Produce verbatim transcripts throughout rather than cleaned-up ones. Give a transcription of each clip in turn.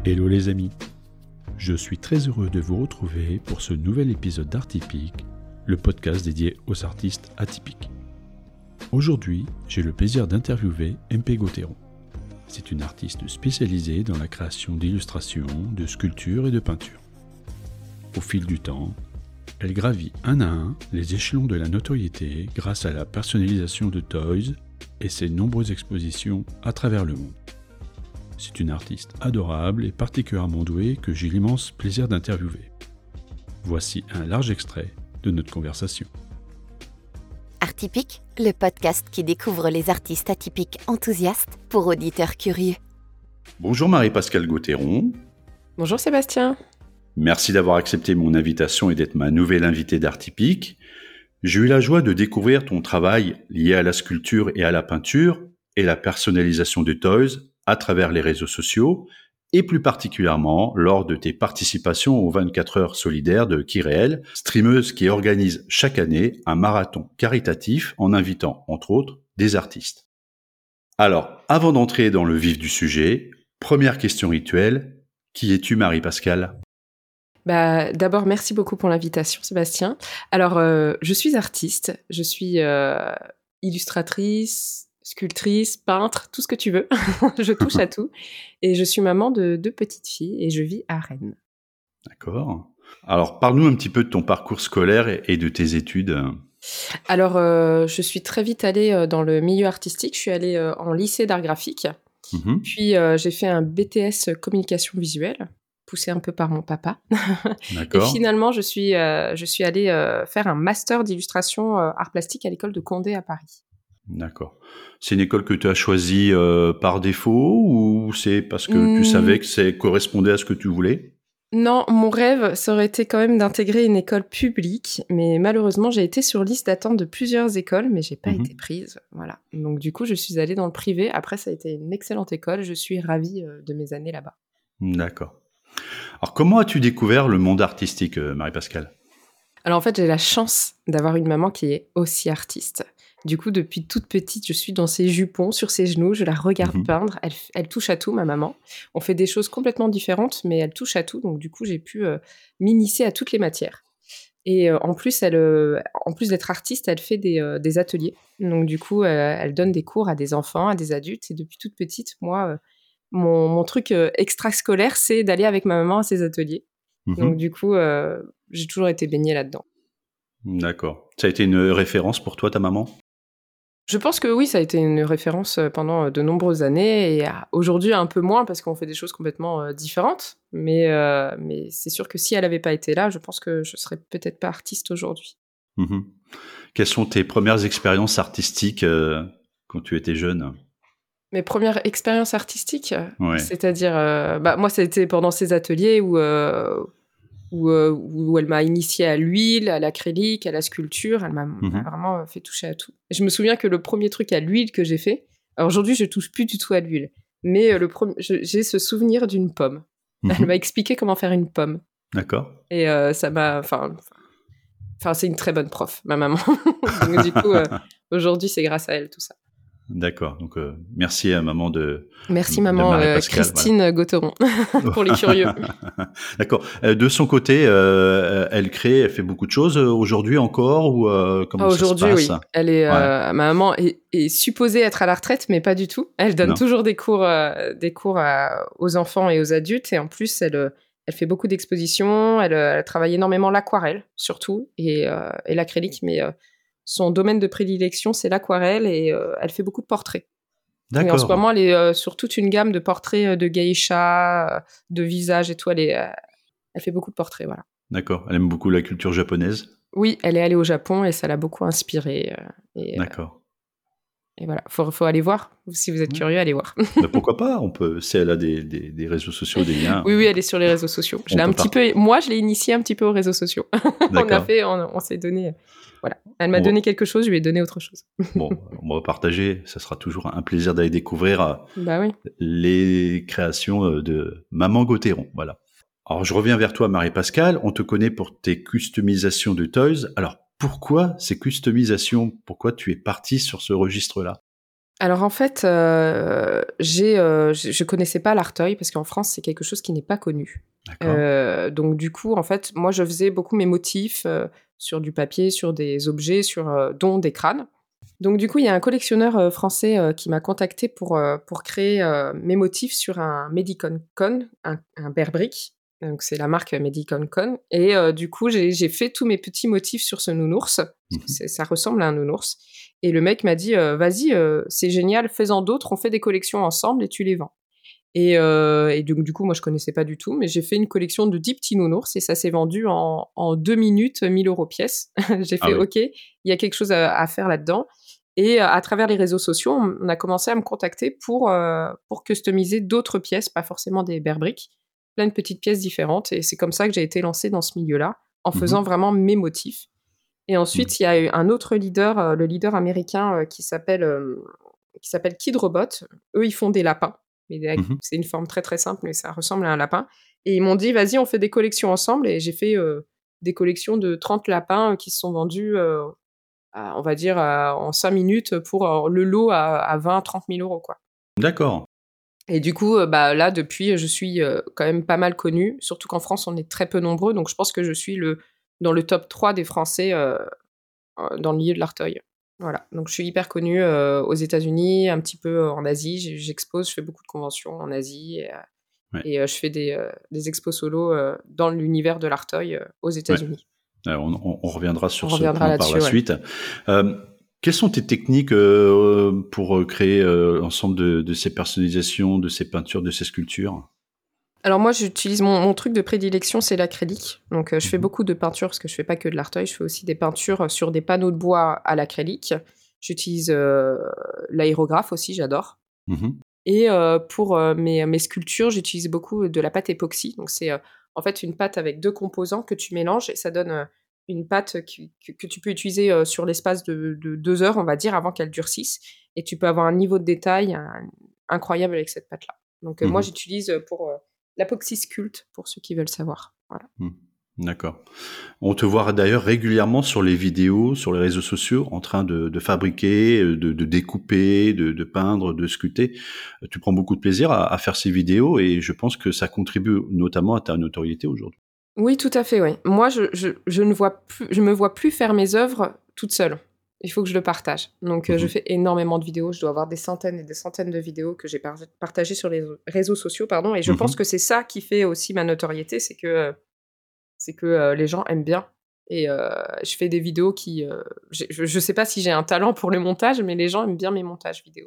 Hello les amis, je suis très heureux de vous retrouver pour ce nouvel épisode d'Artypique, le podcast dédié aux artistes atypiques. Aujourd'hui, j'ai le plaisir d'interviewer M P Gauthieron. C'est une artiste spécialisée dans la création d'illustrations, de sculptures et de peintures. Au fil du temps, elle gravit un à un les échelons de la notoriété grâce à la personnalisation de toys et ses nombreuses expositions à travers le monde. C'est une artiste adorable et particulièrement douée que j'ai l'immense plaisir d'interviewer. Voici un large extrait de notre conversation. Artypique, le podcast qui découvre les artistes atypiques enthousiastes pour auditeurs curieux. Bonjour Marie-Pascale Gauthieron. Bonjour Sébastien. Merci d'avoir accepté mon invitation et d'être ma nouvelle invitée d'Artypique. J'ai eu la joie de découvrir ton travail lié à la sculpture et à la peinture et la personnalisation de toys à travers les réseaux sociaux et plus particulièrement lors de tes participations aux vingt-quatre heures solidaires de Kyréel, streameuse qui organise chaque année un marathon caritatif en invitant, entre autres, des artistes. Alors, avant d'entrer dans le vif du sujet, première question rituelle, qui es-tu Marie-Pascale ? Bah, d'abord, merci beaucoup pour l'invitation Sébastien. Alors, euh, je suis artiste, je suis euh, illustratrice, sculptrice, peintre, tout ce que tu veux. Je touche à tout. Et je suis maman de deux petites filles et je vis à Rennes. D'accord. Alors, parle-nous un petit peu de ton parcours scolaire et de tes études. Alors, euh, je suis très vite allée dans le milieu artistique. Je suis allée euh, en lycée d'art graphique. Mmh. Puis, euh, j'ai fait un B T S communication visuelle, poussé un peu par mon papa. D'accord. Et finalement, je suis, euh, je suis allée euh, faire un master d'illustration euh, art plastique à l'école de Condé à Paris. D'accord. C'est une école que tu as choisie euh, par défaut ou c'est parce que mmh. tu savais que ça correspondait à ce que tu voulais ? Non, mon rêve, ça aurait été quand même d'intégrer une école publique, mais malheureusement, j'ai été sur liste d'attente de plusieurs écoles, mais j'ai pas mmh. été prise. Voilà. Donc du coup, je suis allée dans le privé. Après, ça a été une excellente école. Je suis ravie euh, de mes années là-bas. D'accord. Alors, comment as-tu découvert le monde artistique, euh, Marie-Pascale ? Alors en fait, j'ai la chance d'avoir une maman qui est aussi artiste. Du coup, depuis toute petite, je suis dans ses jupons, sur ses genoux, je la regarde mmh. peindre. Elle, elle touche à tout, ma maman. On fait des choses complètement différentes, mais elle touche à tout. Donc, du coup, j'ai pu euh, m'initier à toutes les matières. Et euh, en plus, elle, euh, en plus d'être artiste, elle fait des, euh, des ateliers. Donc, du coup, euh, elle donne des cours à des enfants, à des adultes. Et depuis toute petite, moi, euh, mon, mon truc euh, extrascolaire, c'est d'aller avec ma maman à ses ateliers. Mmh. Donc, du coup, euh, j'ai toujours été baignée là-dedans. D'accord. Ça a été une référence pour toi, ta maman ? Je pense que oui, ça a été une référence pendant de nombreuses années et aujourd'hui un peu moins parce qu'on fait des choses complètement euh, différentes. Mais, euh, mais c'est sûr que si elle n'avait pas été là, je pense que je serais peut-être pas artiste aujourd'hui. Mmh. Quelles sont tes premières expériences artistiques euh, quand tu étais jeune ? Mes premières expériences artistiques, ouais. c'est-à-dire, euh, bah, moi, ça a été pendant ces ateliers où... Euh, Où, euh, où elle m'a initiée à l'huile, à l'acrylique, à la sculpture. Elle m'a, mmh. m'a vraiment fait toucher à tout. Et je me souviens que le premier truc à l'huile que j'ai fait... Alors aujourd'hui, je touche plus du tout à l'huile. Mais euh, le pre... je, j'ai ce souvenir d'une pomme. Mmh. Elle m'a expliqué comment faire une pomme. D'accord. Et euh, ça m'a... Enfin, enfin, c'est une très bonne prof, ma maman. Donc du coup, euh, aujourd'hui, c'est grâce à elle, tout ça. D'accord. Donc, euh, merci à maman de Merci de maman euh, Christine voilà. Gauthieron pour les curieux. D'accord. Euh, de son côté, euh, elle crée, elle fait beaucoup de choses aujourd'hui encore ou euh, comment ah, ça se passe ? Aujourd'hui, oui. Elle est, ouais. euh, ma maman est, est supposée être à la retraite, mais pas du tout. Elle donne non. toujours des cours, euh, des cours à, aux enfants et aux adultes, et en plus, elle, elle fait beaucoup d'expositions. Elle, elle travaille énormément l'aquarelle, surtout, et, euh, et l'acrylique, mais euh, son domaine de prédilection, c'est l'aquarelle, et euh, elle fait beaucoup de portraits. D'accord. Et en ce moment, elle est euh, sur toute une gamme de portraits de geisha, euh, de visages et tout. Elle, est, euh, elle fait beaucoup de portraits, voilà. D'accord. Elle aime beaucoup la culture japonaise ? Oui, elle est allée au Japon et ça l'a beaucoup inspirée. Euh, et, D'accord. Euh, et voilà, faut, faut aller voir. Si vous êtes ouais. curieux, allez voir. Mais pourquoi pas ? On peut. Si elle a des, des, des réseaux sociaux, des liens. Oui, oui, elle est sur les réseaux sociaux. Je l'ai un petit par... peu. Moi, je l'ai initiée un petit peu aux réseaux sociaux. on a fait, on, on s'est donné. Voilà. Elle m'a on donné va... quelque chose, je lui ai donné autre chose. Bon, on va partager. Ça sera toujours un plaisir d'aller découvrir bah oui. les créations de Maman Gauthieron. Voilà. Alors, je reviens vers toi, Marie-Pascale. On te connaît pour tes customisations de toys. Alors, pourquoi ces customisations ? Pourquoi tu es partie sur ce registre-là ? Alors en fait, euh, j'ai, euh, je je connaissais pas l'Arteuil parce qu'en France, c'est quelque chose qui n'est pas connu. D'accord. Euh, donc du coup, en fait, moi, je faisais beaucoup mes motifs euh, sur du papier, sur des objets, sur euh, dont des crânes. Donc du coup, il y a un collectionneur euh, français euh, qui m'a contacté pour, euh, pour créer euh, mes motifs sur un Medicon Con, un, un bear brick. Donc c'est la marque Medicon Con. Et euh, du coup, j'ai, j'ai fait tous mes petits motifs sur ce nounours, parce que Mhm. c'est- ça ressemble à un nounours. Et le mec m'a dit, euh, vas-y, euh, c'est génial, fais-en d'autres, on fait des collections ensemble et tu les vends. Et, euh, et donc, du coup, moi, je connaissais pas du tout, mais j'ai fait une collection de dix petits nounours et ça s'est vendu en, en deux minutes, mille euros pièce. J'ai Ah fait, oui. OK, il y a quelque chose à, à faire là-dedans. Et euh, à travers les réseaux sociaux, on on a commencé à me contacter pour, euh, pour customiser d'autres pièces, pas forcément des bear bricks, plein de petites pièces différentes. Et c'est comme ça que j'ai été lancée dans ce milieu-là, en faisant Mhm. vraiment mes motifs. Et Mhm. ensuite, il y a eu un autre leader, euh, le leader américain euh, qui s'appelle euh, qui s'appelle Kid Robot. Eux, ils font des lapins. Mais avec- Mhm. c'est une forme très très simple, mais ça ressemble à un lapin. Et ils m'ont dit, vas-y, on fait des collections ensemble. Et j'ai fait euh, des collections de trente lapins euh, qui se sont vendus, euh, à- on va dire, à- en cinq minutes pour euh, le lot à, à vingt, trente mille euros, quoi. D'accord. Et du coup, euh, bah, là, depuis, je suis euh, quand même pas mal connue. Surtout qu'en France, on est très peu nombreux. Donc, je pense que je suis le, dans le top trois des Français euh, euh, dans le milieu de l'Arteuil. Voilà, donc je suis hyper connue euh, aux États-Unis, un petit peu euh, en Asie. J'ai- J'expose, je fais beaucoup de conventions en Asie et, euh, Ouais. et, euh, je fais des, euh, des expos solo euh, dans l'univers de l'Arteuil euh, aux Ouais. États-Unis. Alors, on, on- on reviendra On sur ce reviendra point par la là-dessus, ouais. suite. Euh, quelles sont tes techniques euh, pour euh, créer euh, l'ensemble de, de ces personnalisations, de ces peintures, de ces sculptures? Alors moi, j'utilise mon, mon truc de prédilection, c'est l'acrylique. Donc euh, je fais Mhm. beaucoup de peintures parce que je fais pas que de l'Arteuil, je fais aussi des peintures sur des panneaux de bois à l'acrylique. J'utilise euh, l'aérographe aussi, j'adore. Mhm. Et euh, pour euh, mes, mes sculptures, j'utilise beaucoup de la pâte époxy. Donc, c'est euh, en fait une pâte avec deux composants que tu mélanges et ça donne euh, une pâte qui- que, que tu peux utiliser euh, sur l'espace de, de deux heures, on va dire, avant qu'elle durcisse. Et tu peux avoir un niveau de détail un- incroyable avec cette pâte-là. Donc, euh, moi, Mhm. j'utilise pour euh, l'apoxy sculpte, pour ceux qui veulent savoir. Voilà. Mhm. D'accord. On te voit d'ailleurs régulièrement sur les vidéos, sur les réseaux sociaux, en train de, de fabriquer, de, de découper, de, de peindre, de sculpter. Tu prends beaucoup de plaisir à, à faire ces vidéos et je pense que ça contribue notamment à ta notoriété aujourd'hui. Oui, tout à fait, oui. Moi, je, je, je ne vois plus, je me vois plus faire mes œuvres toute seule. Il faut que je le partage. Donc, euh, je Mhm. fais énormément de vidéos. Je dois avoir des centaines et des centaines de vidéos que j'ai par- partagées sur les réseaux sociaux, pardon. Et je pense Mhm. que c'est ça qui fait aussi ma notoriété, c'est que, euh, c'est que euh, les gens aiment bien. Et euh, je fais des vidéos qui, euh, j'ai- je, je sais pas si j'ai un talent pour le montage, mais les gens aiment bien mes montages vidéo.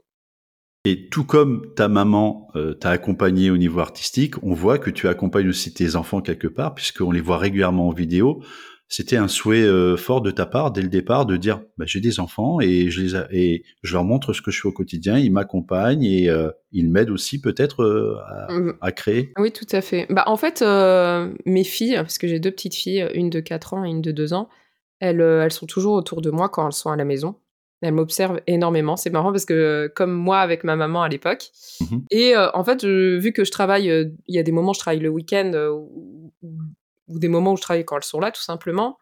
Et tout comme ta maman euh, t'a accompagné au niveau artistique, on voit que tu accompagnes aussi tes enfants quelque part, puisqu'on les voit régulièrement en vidéo. C'était un souhait euh, fort de ta part dès le départ de dire bah, j'ai des enfants et je les a- et je leur montre ce que je fais au quotidien, ils m'accompagnent et euh, ils m'aident aussi peut-être euh, à, Mhm. à créer. Oui, tout à fait. Bah, en fait, euh, mes filles, parce que j'ai deux petites filles, une de quatre ans et une de deux ans, elles, euh, elles sont toujours autour de moi quand elles sont à la maison. Elles m'observent énormément. C'est marrant parce que, euh, comme moi avec ma maman à l'époque. Mhm. Et euh, en fait, je- vu que je travaille, euh, il y a des moments où je travaille le week-end euh, ou, ou- ou des moments où je travaille quand elles sont là, tout simplement.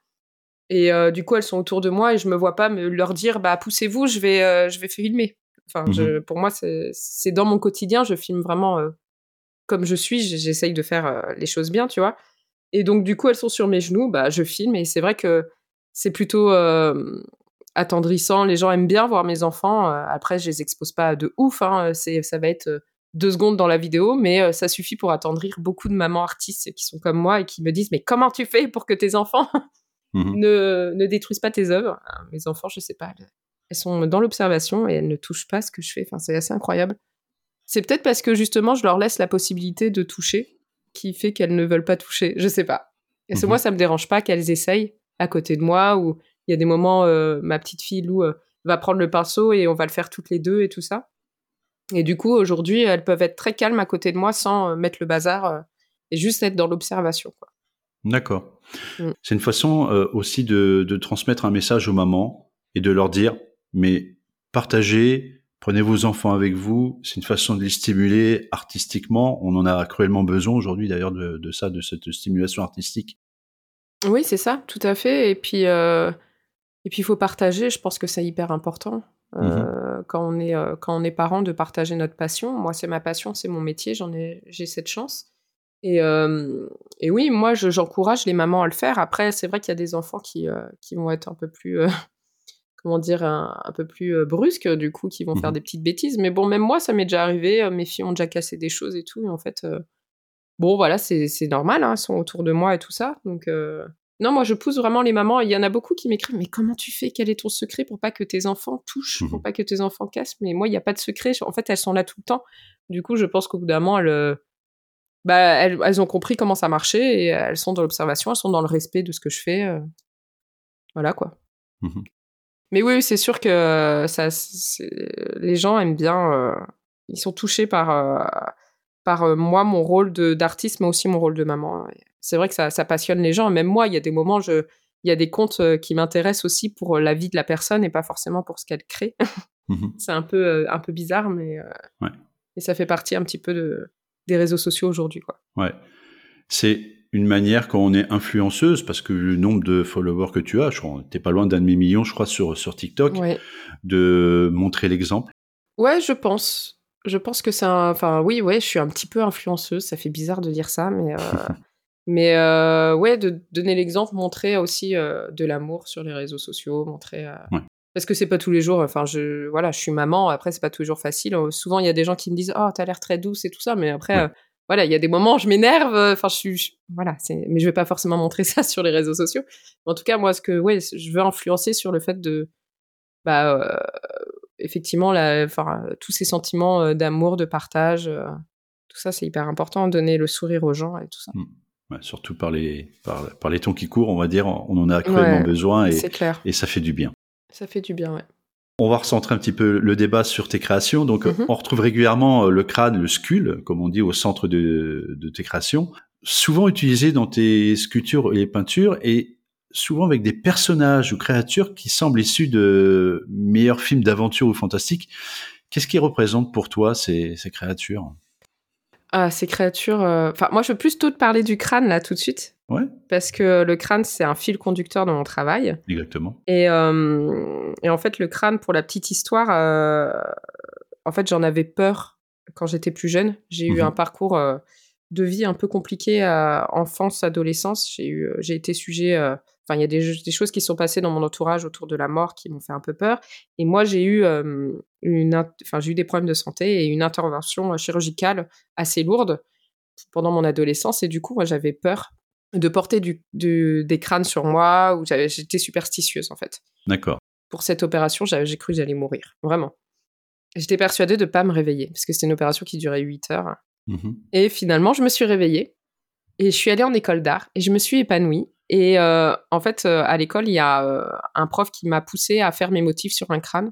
Et euh, du coup, elles sont autour de moi et je me vois pas me leur dire, bah, poussez-vous, je vais, euh, je vais filmer. Enfin, je, Mhm. pour moi, c'est c'est dans mon quotidien. Je filme vraiment euh, comme je suis. j- J'essaye de faire euh, les choses bien, tu vois. Et donc, du coup, elles sont sur mes genoux, bah, je filme et c'est vrai que c'est plutôt euh, attendrissant. Les gens aiment bien voir mes enfants. Euh, après, je les expose pas de ouf, hein. C'est, ça va être euh, deux secondes dans la vidéo, mais euh, ça suffit pour attendrir beaucoup de mamans artistes qui sont comme moi et qui me disent, mais comment tu fais pour que tes enfants Mhm. ne, ne détruisent pas tes œuvres? Euh, Mes enfants, je sais pas, elles, elles sont dans l'observation et elles ne touchent pas ce que je fais. Enfin, c'est assez incroyable. C'est peut-être parce que justement, je leur laisse la possibilité de toucher qui fait qu'elles ne veulent pas toucher. Je sais pas. Et ce moi, Mhm. ça me dérange pas qu'elles essayent à côté de moi, ou il y a des moments, euh, ma petite fille Lou euh, va prendre le pinceau et on va le faire toutes les deux et tout ça. Et du coup, aujourd'hui, elles peuvent être très calmes à côté de moi sans euh, mettre le bazar euh, et juste être dans l'observation, quoi. D'accord. Mm. C'est une façon euh, aussi de, de transmettre un message aux mamans et de leur dire, mais partagez, prenez vos enfants avec vous. C'est une façon de les stimuler artistiquement. On en a cruellement besoin aujourd'hui d'ailleurs de, de ça, de cette stimulation artistique. Oui, c'est ça, tout à fait. Et puis, euh, et puis, il faut partager. Je pense que c'est hyper important. Mhm. Euh, euh, quand on est euh, quand on est parent de partager notre passion. Moi, c'est ma passion, c'est mon métier, j'en ai j'ai cette chance. Et, euh, et oui, moi, je, j'encourage les mamans à le faire. Après, c'est vrai qu'il y a des enfants qui euh, qui vont être un peu plus euh, comment dire un, un peu plus euh, brusques, du coup, qui vont faire Mhm. des petites bêtises. Mais bon, même moi, ça m'est déjà arrivé. euh, Mes filles ont déjà cassé des choses et tout. Et en fait, euh, bon, voilà, c'est c'est normal. Hein, elles sont autour de moi et tout ça. Donc euh, non, moi, je pousse vraiment les mamans. Il y en a beaucoup qui m'écrivent, mais comment tu fais? Quel est ton secret pour pas que tes enfants touchent, pour Mhm. pas que tes enfants cassent? Mais moi, il n'y a pas de secret. En fait, elles sont là tout le temps. Du coup, je pense qu'au bout d'un moment, elles, euh, bah, elles, elles ont compris comment ça marchait et elles sont dans l'observation, elles sont dans le respect de ce que je fais. euh, Voilà, quoi. Mhm. Mais oui, oui, c'est sûr que ça, c'est- les gens aiment bien. euh, Ils sont touchés par, euh, par euh, moi, mon rôle de, d'artiste, mais aussi mon rôle de maman. Et c'est vrai que ça, ça passionne les gens. Même moi, il y a des moments, je, il y a des contes euh, qui m'intéressent aussi pour euh, la vie de la personne et pas forcément pour ce qu'elle crée. Mhm. C'est un peu, euh, un peu bizarre, mais euh, Ouais. et ça fait partie un petit peu de, des réseaux sociaux aujourd'hui, quoi. Ouais. C'est une manière quand on est influenceuse, parce que le nombre de followers que tu as, je crois, t'es pas loin d'un demi-million, je crois, sur, sur TikTok, Ouais. de montrer l'exemple. Ouais, je pense. Je pense que c'est un... Enfin, oui, ouais, je suis un petit peu influenceuse. Ça fait bizarre de dire ça, mais... euh, Mais euh, ouais, de donner l'exemple, montrer aussi euh, de l'amour sur les réseaux sociaux, montrer... euh, Ouais. Parce que c'est pas tous les jours... Enfin, je, voilà, je suis maman, après, c'est pas tous les jours facile. Euh, Souvent, il y a des gens qui me disent « Oh, t'as l'air très douce et tout ça », mais après... Ouais. euh, Voilà, il y a des moments où je m'énerve, euh, enfin, je suis... je- Voilà, c'est... Mais je vais pas forcément montrer ça sur les réseaux sociaux. En tout cas, moi, ce que... Ouais, je veux influencer sur le fait de... Bah, euh, effectivement, la, enfin, euh, tous ces sentiments euh, d'amour, de partage, euh, tout ça, c'est hyper important, donner le sourire aux gens et tout ça. Mm. Ouais, surtout par les, par, par les temps qui courent, on va dire, on en a cruellement Ouais, besoin et, c'est clair. et ça fait du bien. Ça fait du bien, ouais. On va recentrer un petit peu le débat sur tes créations. Donc, Mhm. on retrouve régulièrement le crâne, le scule, comme on dit, au centre de, de tes créations, souvent utilisé dans tes sculptures et les peintures, et souvent avec des personnages ou créatures qui semblent issus de meilleurs films d'aventure ou fantastiques. Qu'est-ce qui représente pour toi ces, ces créatures? Ah, ces créatures... euh, Enfin, moi, je veux plus te parler du crâne, là, tout de suite, Ouais, parce que le crâne, c'est un fil conducteur dans mon travail. exactement. Et, euh, et en fait, le crâne, pour la petite histoire, euh, en fait, j'en avais peur quand j'étais plus jeune. J'ai eu Mhm. un parcours euh, de vie un peu compliqué à enfance, adolescence. J'ai eu, euh, j'ai été sujet. euh, Enfin, il y a des, des choses qui sont passées dans mon entourage autour de la mort qui m'ont fait un peu peur. Et moi, j'ai eu euh, une, int- enfin, j'ai eu des problèmes de santé et une intervention euh, chirurgicale assez lourde pendant mon adolescence. Et du coup, moi, j'avais peur de porter du, du- des crânes sur moi, ou j'avais- j'étais superstitieuse en fait. D'accord. Pour cette opération, j'avais- j'ai cru que j'allais mourir, vraiment. J'étais persuadée de pas me réveiller, parce que c'était une opération qui durait huit heures. Mhm. Et finalement, je me suis réveillée, et je suis allée en école d'art, et je me suis épanouie. Et euh, en fait, euh, à l'école, il y a euh, un prof qui m'a poussée à faire mes motifs sur un crâne.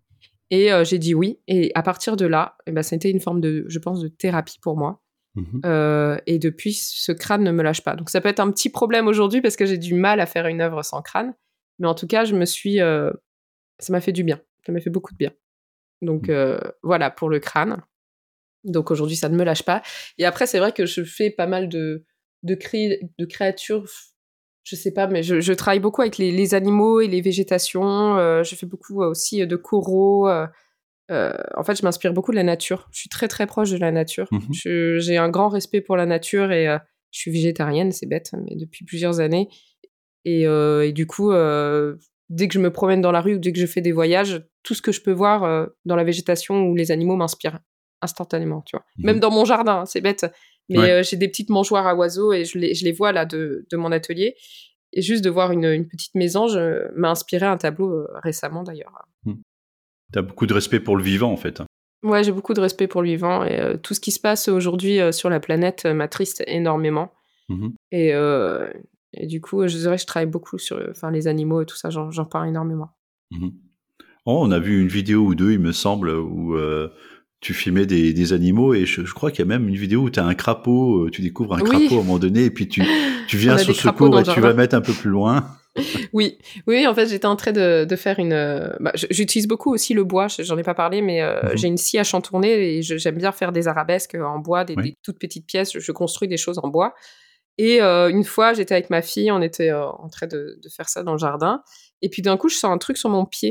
Et euh, j'ai dit oui. Et à partir de là, eh ben, c'était une forme de, je pense, de thérapie pour moi. Mhm. Euh, et depuis, ce crâne ne me lâche pas. Donc ça peut être un petit problème aujourd'hui, parce que j'ai du mal à faire une œuvre sans crâne. Mais en tout cas, je me suis... euh, ça m'a fait du bien. Ça m'a fait beaucoup de bien. Donc euh, voilà pour le crâne. Donc aujourd'hui, ça ne me lâche pas. Et après, c'est vrai que je fais pas mal de, de, cré- de créatures, je sais pas, mais je, je travaille beaucoup avec les, les animaux et les végétations. Euh, je fais beaucoup euh, aussi de coraux. euh, euh, en fait, je m'inspire beaucoup de la nature. Je suis très très proche de la nature. Mhm. Je- j'ai un grand respect pour la nature et euh, je suis végétarienne, c'est bête, mais depuis plusieurs années. Et, euh, et du coup, euh, dès que je me promène dans la rue ou dès que je fais des voyages, tout ce que je peux voir euh, dans la végétation ou les animaux m'inspire instantanément, tu vois. Mhm. Même dans mon jardin, hein, c'est bête. Mais Ouais. euh, j'ai des petites mangeoires à oiseaux et je les, je les vois là de, de mon atelier. Et juste de voir une, une petite mésange euh, m'a inspiré un tableau euh, récemment d'ailleurs. T'as beaucoup de respect pour le vivant, en fait. Ouais, j'ai beaucoup de respect pour le vivant et euh, tout ce qui se passe aujourd'hui euh, sur la planète euh, m'attriste énormément. Mhm. Et, euh, et du coup, je dirais que je travaille beaucoup sur enfin, les animaux et tout ça, j'en, j'en parle énormément. Mhm. Oh, on a vu une vidéo ou deux, il me semble, où euh, tu filmais des, des animaux, et je, je crois qu'il y a même une vidéo où tu as un crapaud, euh, tu découvres un Oui. crapaud à un moment donné, et puis tu, tu viens On a sur des ce crapauds dans secours et le tu vas jardin. mettre un peu plus loin. Oui, oui, en fait, j'étais en train de, de faire une. euh, Bah, j- j'utilise beaucoup aussi le bois. J'en ai pas parlé, mais euh, Mhm. j'ai une scie à chantourner et je- j'aime bien faire des arabesques en bois, des, Oui. des toutes petites pièces. Je, je construis des choses en bois. Et euh, une fois, j'étais avec ma fille, on était euh, en train de, de faire ça dans le jardin. Et puis d'un coup, je sens un truc sur mon pied.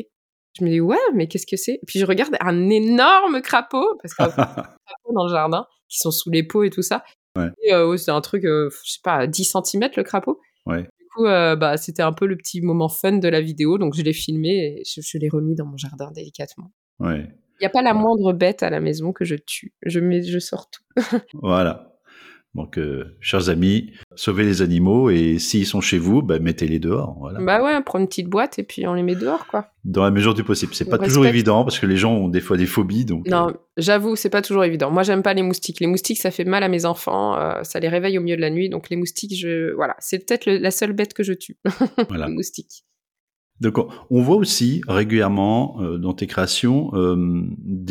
Je me dis, ouais, mais qu'est-ce que c'est? Puis je regarde un énorme crapaud, parce qu'il y a des crapauds dans le jardin, qui sont sous les pots et tout ça. Ouais. Et euh, c'est un truc, euh, je sais pas, dix centimètres le crapaud. Ouais. Du coup, euh, bah, c'était un peu le petit moment fun de la vidéo, donc je l'ai filmé et je, je l'ai remis dans mon jardin délicatement. Ouais. Il n'y a pas la Ouais. moindre bête à la maison que je tue. Je, mets, je sors tout. Voilà. Donc, euh, chers amis, sauvez les animaux et s'ils sont chez vous, bah, mettez-les dehors. Voilà. Bah ouais, on prend une petite boîte et puis on les met dehors, quoi. Dans la mesure du possible. C'est On pas toujours respecte. évident parce que les gens ont des fois des phobies. Donc, Non, euh, j'avoue, c'est pas toujours évident. Moi, j'aime pas les moustiques. Les moustiques, ça fait mal à mes enfants. Euh, ça les réveille au milieu de la nuit. Donc les moustiques, je... voilà, c'est peut-être le- la seule bête que je tue. voilà. Les moustiques. Donc, on- on voit aussi régulièrement euh, dans tes créations euh,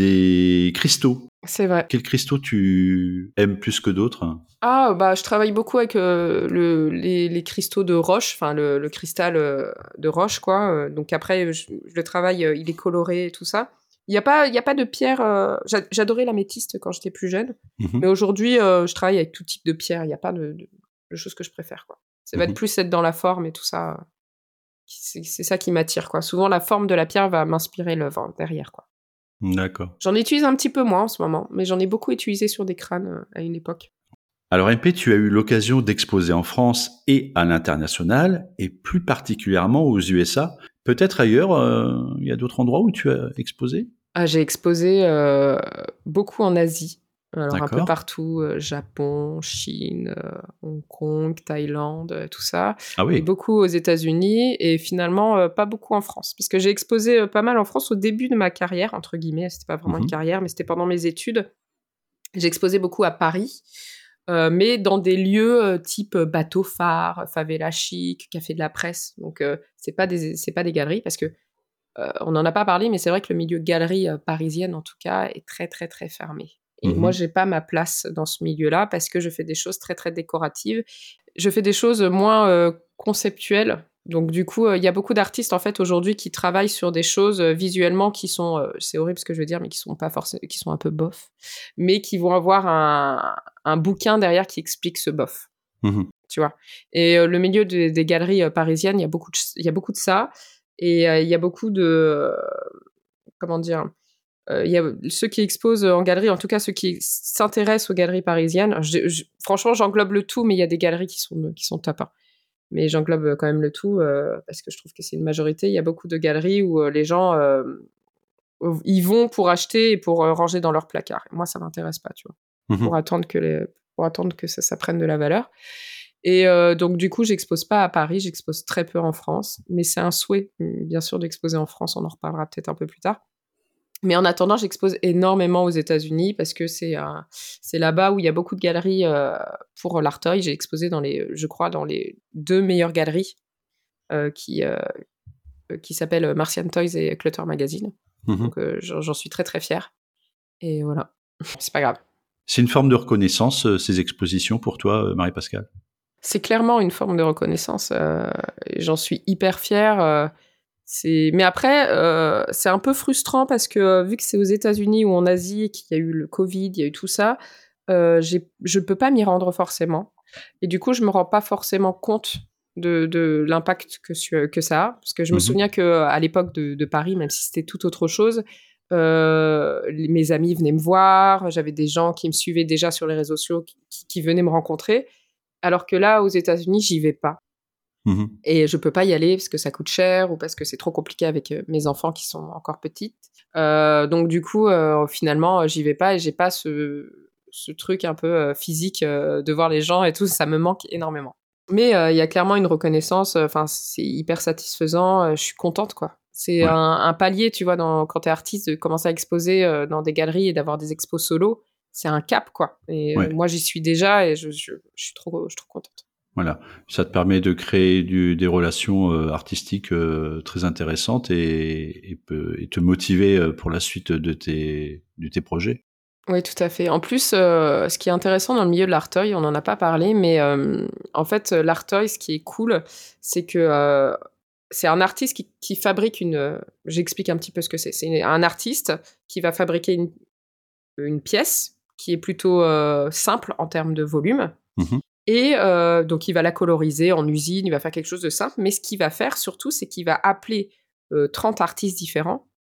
des cristaux. C'est vrai. Quels cristaux tu aimes plus que d'autres? Ah, bah, je travaille beaucoup avec euh, le, les, les cristaux de roche, enfin, le, le cristal euh, de roche, quoi. Euh, donc après, je, je le travaille, euh, il est coloré et tout ça. Il n'y a pas, il y a pas de pierre. euh, j'a- J'adorais l'améthyste quand j'étais plus jeune. Mhm. Mais aujourd'hui, euh, je travaille avec tout type de pierre. Il n'y a pas de, de, de choses que je préfère, quoi. Ça va Mhm. être plus être dans la forme et tout ça. euh, C'est c'est ça qui m'attire, quoi. Souvent, la forme de la pierre va m'inspirer l'œuvre derrière, quoi. D'accord. J'en utilise un petit peu moins en ce moment, mais j'en ai beaucoup utilisé sur des crânes euh, à une époque. Alors, M P, tu as eu l'occasion d'exposer en France et à l'international, et plus particulièrement aux U S A. Peut-être ailleurs, euh, il y a d'autres endroits où tu as exposé? Ah, j'ai exposé euh, beaucoup en Asie. Alors, un peu D'accord. partout, euh, Japon, Chine, euh, Hong Kong, Thaïlande, euh, tout ça. Ah Et oui. beaucoup aux États-Unis et finalement euh, pas beaucoup en France. Parce que j'ai exposé euh, pas mal en France au début de ma carrière, entre guillemets. C'était pas vraiment une Mhm. carrière, mais c'était pendant mes études. J'ai exposé beaucoup à Paris, euh, mais dans des lieux euh, type euh, bateau phare, favela chic, café de la presse. Donc, euh, c'est pas des, c'est pas des galeries parce que euh, on n'en a pas parlé, mais c'est vrai que le milieu galerie euh, parisienne, en tout cas, est très, très, très fermé. Et moi, Mhm. j'ai pas ma place dans ce milieu-là parce que je fais des choses très, très décoratives. Je fais des choses moins euh, conceptuelles. Donc, du coup, euh, il y a beaucoup d'artistes, en fait, aujourd'hui, qui travaillent sur des choses euh, visuellement qui sont, euh, c'est horrible ce que je veux dire, mais qui sont pas forcément, qui sont un peu bof, mais qui vont avoir un, un bouquin derrière qui explique ce bof. Mhm. Tu vois. Et euh, le milieu de- des galeries euh, parisiennes, il y a beaucoup de, il y a beaucoup de ça. Et euh, il y a beaucoup de... euh, comment dire euh, Il y a ceux qui exposent en galerie, en tout cas ceux qui s'intéressent aux galeries parisiennes. Je- je- franchement, j'englobe le tout, mais il y a des galeries qui sont, qui sont top. Hein. Mais j'englobe quand même le tout euh, parce que je trouve que c'est une majorité. Il y a beaucoup de galeries où euh, les gens euh, y vont pour acheter et pour euh, ranger dans leur placard. Et moi, ça m'intéresse pas, tu vois. Pour Mhm. attendre que, les, pour attendre que ça, ça prenne de la valeur. Et euh, donc, du coup, j'expose pas à Paris, j'expose très peu en France. Mais c'est un souhait, bien sûr, d'exposer en France. On en reparlera peut-être un peu plus tard. Mais en attendant, j'expose énormément aux États-Unis parce que c'est euh, c'est là-bas où il y a beaucoup de galeries euh, pour l'art toy. J'ai exposé dans les, je crois, dans les deux meilleures galeries euh, qui euh, qui s'appellent Martian Toys et Clutter Magazine. Mhm. Donc euh, j'en j'en suis très très fière. Et voilà, c'est pas grave. C'est une forme de reconnaissance, euh, ces expositions pour toi, euh, Marie-Pascale? C'est clairement une forme de reconnaissance. Euh, et j'en suis hyper fière. Euh, c'est... Mais après, euh, c'est un peu frustrant parce que euh, vu que c'est aux États-Unis ou en Asie, qu'il y a eu le Covid, il y a eu tout ça, euh, j'ai... je peux pas m'y rendre forcément. Et du coup, je me rends pas forcément compte de, de l'impact que, su- que ça a. Parce que je me Mhm. souviens qu'à l'époque de, de Paris, même si c'était tout autre chose, euh, les- mes amis venaient me voir, j'avais des gens qui me suivaient déjà sur les réseaux sociaux qui, qui venaient me rencontrer. Alors que là, aux États-Unis, j'y vais pas. Mhm. Et je peux pas y aller parce que ça coûte cher ou parce que c'est trop compliqué avec euh, mes enfants qui sont encore petites. Euh, donc du coup, euh, finalement, j'y vais pas et j'ai pas ce, ce truc un peu euh, physique euh, de voir les gens et tout. Ça me manque énormément. Mais euh, il y a clairement une reconnaissance. Enfin, c'est hyper satisfaisant. euh, je suis contente, quoi. C'est Ouais. un, un palier, tu vois, dans, quand t'es artiste, de commencer à exposer euh, dans des galeries et d'avoir des expos solo. C'est un cap, quoi. Et euh, Ouais. moi, j'y suis déjà et je, je, je suis trop, je suis trop contente. Voilà. Ça te permet de créer du, des relations euh, artistiques euh, très intéressantes et, et, peut, et te motiver euh, pour la suite de tes, de tes projets. Oui, tout à fait. En plus, euh, ce qui est intéressant dans le milieu de l'art toy, on n'en a pas parlé, mais euh, en fait, l'art toy, ce qui est cool, c'est que euh, c'est un artiste qui, qui fabrique une... euh, J'explique un petit peu ce que c'est. C'est une- un artiste qui va fabriquer une, une pièce qui est plutôt euh, simple en termes de volume. Mhm. Et euh, donc, il va la coloriser en usine, il va faire quelque chose de simple. Mais ce qu'il va faire surtout, c'est qu'il va appeler euh, trente artistes différents